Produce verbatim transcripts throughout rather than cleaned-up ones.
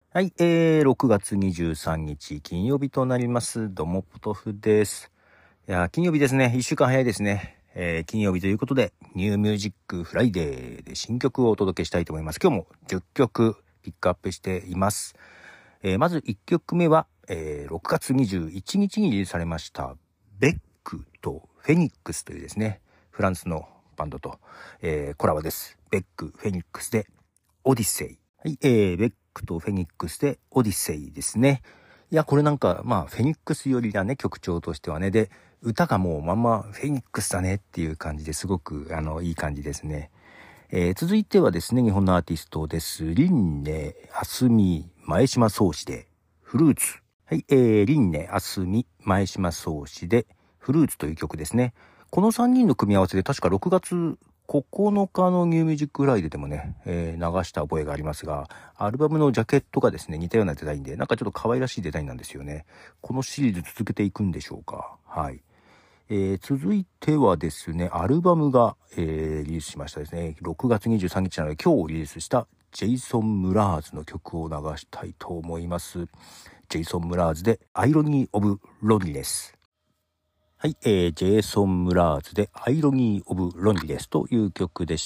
はい、えー、ろくがつにじゅうさんにち金曜日となります。どうもポトフです。いやー、金曜日ですね。いっしゅうかん早いですね。えー、金曜日ということで、ニューミュージックフライデーで新曲をお届けしたいと思います。今日もじゅっきょくピックアップしています。えー、まずいっきょくめは、えー、ろくがつにじゅういちにちにリリースされました、ベックとフェニックスというですね、フランスのバンドと、えー、コラボです。ベック、フェニックスでオディセイ。はい、えー、ベックとフェニックスでオディセイですね。いや、これなんか、まあ、フェニックスよりだね、曲調としてはね。で、歌がもうまんまフェニックスだねっていう感じですごく、あの、いい感じですね。えー、続いてはですね、日本のアーティストです。リンネ、アスミ、前島宗司で、フルーツ。はい、えー、リンネ、アスミ、前島宗司で、フルーツという曲ですね。このさんにんの組み合わせで確かろくがつここのかのニューミュージックフライデーでもね、えー、流した覚えがありますが、アルバムのジャケットがですね、似たようなデザインで、なんかちょっと可愛らしいデザインなんですよね。このシリーズ続けていくんでしょうか。はい。えー、続いてはですね、アルバムが、えー、リリースしましたですね。ろくがつにじゅうさんにちなので今日リリースしたジェイソン・ムラーズの曲を流したいと思います。ジェイソン・ムラーズでアイロニー・オブ・ロニネス。はい、えー、ジェイソン・ムラーズでアイロニー・オブ・ロニネスという曲でした。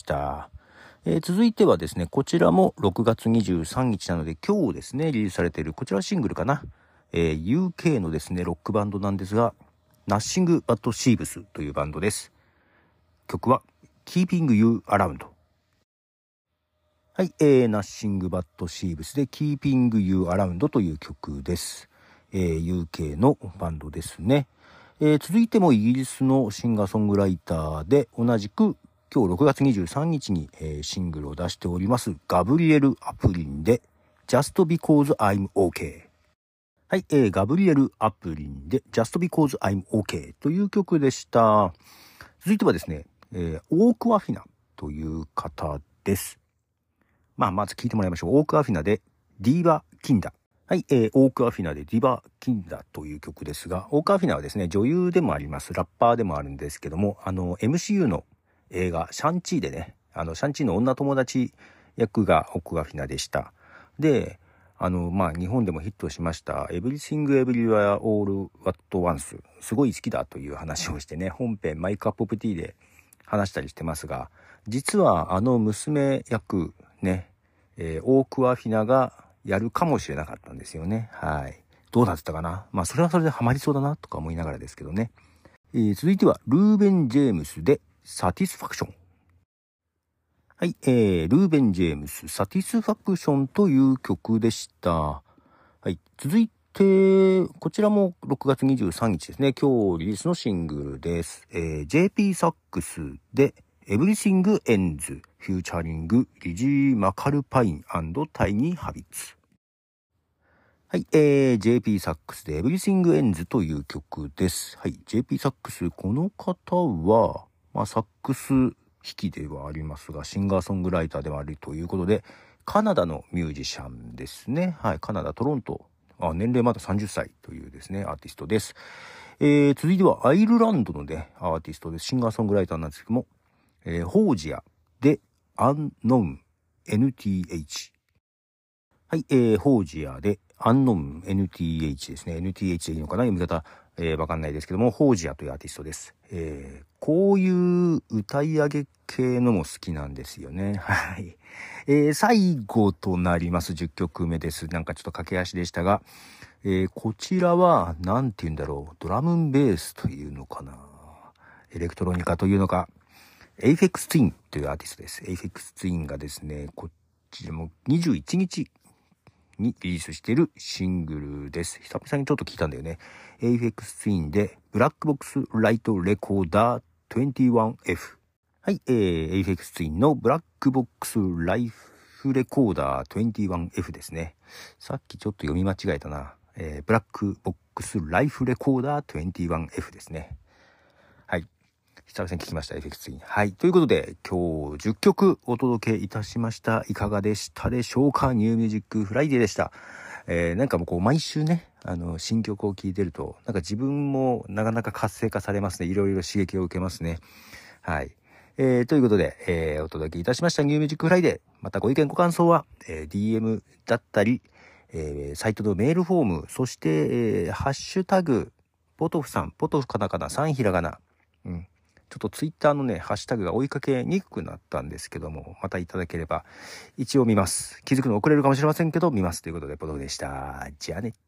えー、続いてはですね、こちらもろくがつにじゅうさんにちなので今日ですね、リリースされているこちらシングルかな。えー、ユーケー のですね、ロックバンドなんですが、ナッシング・バッド・シーブスというバンドです。曲は Keeping You Around。はい、えー、ナッシング・バッド・シーブスで Keeping You Around という曲です。えー、ユーケー のバンドですね。えー、続いてもイギリスのシンガーソングライターで同じく今日ろくがつにじゅうさんにちに、えー、シングルを出しておりますガブリエル・アプリンで Just Because I'm OK。はい、えー、ガブリエル・アプリンで Just Because I'm OK という曲でした。続いてはですね、えー、オーク・アフィナという方です。まあ、まず聞いてもらいましょう。オーク・アフィナでディーバ・キンダ。はい、えー、オーク・アフィナでディバ・キンダという曲ですが、オーク・アフィナはですね、女優でもあります。ラッパーでもあるんですけども、あの、エムシーユー の映画、シャンチーでね、あの、シャンチーの女友達役がオーク・アフィナでした。で、あの、まあ、日本でもヒットしました、Everything Everywhere All at Once。すごい好きだという話をしてね、本編マイクアップオブティーで話したりしてますが、実はあの娘役ね、えー、オーク・アフィナがやるかもしれなかったんですよね。はい。どうなってたかな。まあ、それはそれでハマりそうだなとか思いながらですけどね。えー、続いては、ルーベン・ジェームスで、サティスファクション。はい、えー、ルーベン・ジェームス、サティスファクションという曲でした。はい。続いて、こちらもろくがつにじゅうさんにちですね。今日リリースのシングルです。えー、ジェーピー サックスで、Everything Ends、フューチャリング、リジー・マカルパイン&タイニー・ハビッツ。はい、えー、ジェーピー サックスで Everything Ends という曲です。はい、ジェーピー サックス、この方は、まあ、サックス弾きではありますが、シンガーソングライターでもあるということで、カナダのミュージシャンですね。はい、カナダ、トロント。あ、年齢まださんじゅっさいというですね、アーティストです。えー、続いてはアイルランドのね、アーティストです。シンガーソングライターなんですけども、えー、ホージアで Unknown エヌティーエイチ。はい、えー、ホージアで Unknown エヌティーエイチ ですね。エヌティーエイチ でいいのかな読み方、えー、わかんないですけども、ホージアというアーティストです。えー、こういう歌い上げ系のも好きなんですよね。はい。えー、最後となりますじゅっきょくめです。なんかちょっと駆け足でしたが、えー、こちらは、なんて言うんだろう。ドラムンベースというのかな。エレクトロニカというのか。エイフェックスツインというアーティストです。エイフェックスツインがですね、こちらもにじゅういちにちにリリースしているシングルです。久々にちょっと聞いたんだよね。エイフェックスツインでブラックボックスライトレコーダー にじゅういちエフ。はい、えー、エイフェックスツインのブラックボックスライフレコーダー にじゅういちエフ ですね。さっきちょっと読み間違えたな。えー、ブラックボックスライフレコーダー にじゅういちエフ ですね。はい。久々に聞きました、エフェクツイン。はい。ということで、今日じゅっきょくお届けいたしました。いかがでしたでしょうか？ニューミュージックフライデーでした。えー、なんかもうこう、毎週ね、あの、新曲を聴いてると、なんか自分もなかなか活性化されますね。いろいろ刺激を受けますね。はい。えー、ということで、えー、お届けいたしましたニューミュージックフライデー。またご意見ご感想は、えー、ディーエム だったり、 えー、サイトのメールフォーム、そして、えー、ハッシュタグ、ポトフさん、ポトフカタカナ、さんひらがな。うん。ちょっとツイッターのね、ハッシュタグが追いかけにくくなったんですけども、またいただければ一応見ます。気づくの遅れるかもしれませんけど、見ますということで、ポトフでした。じゃあね。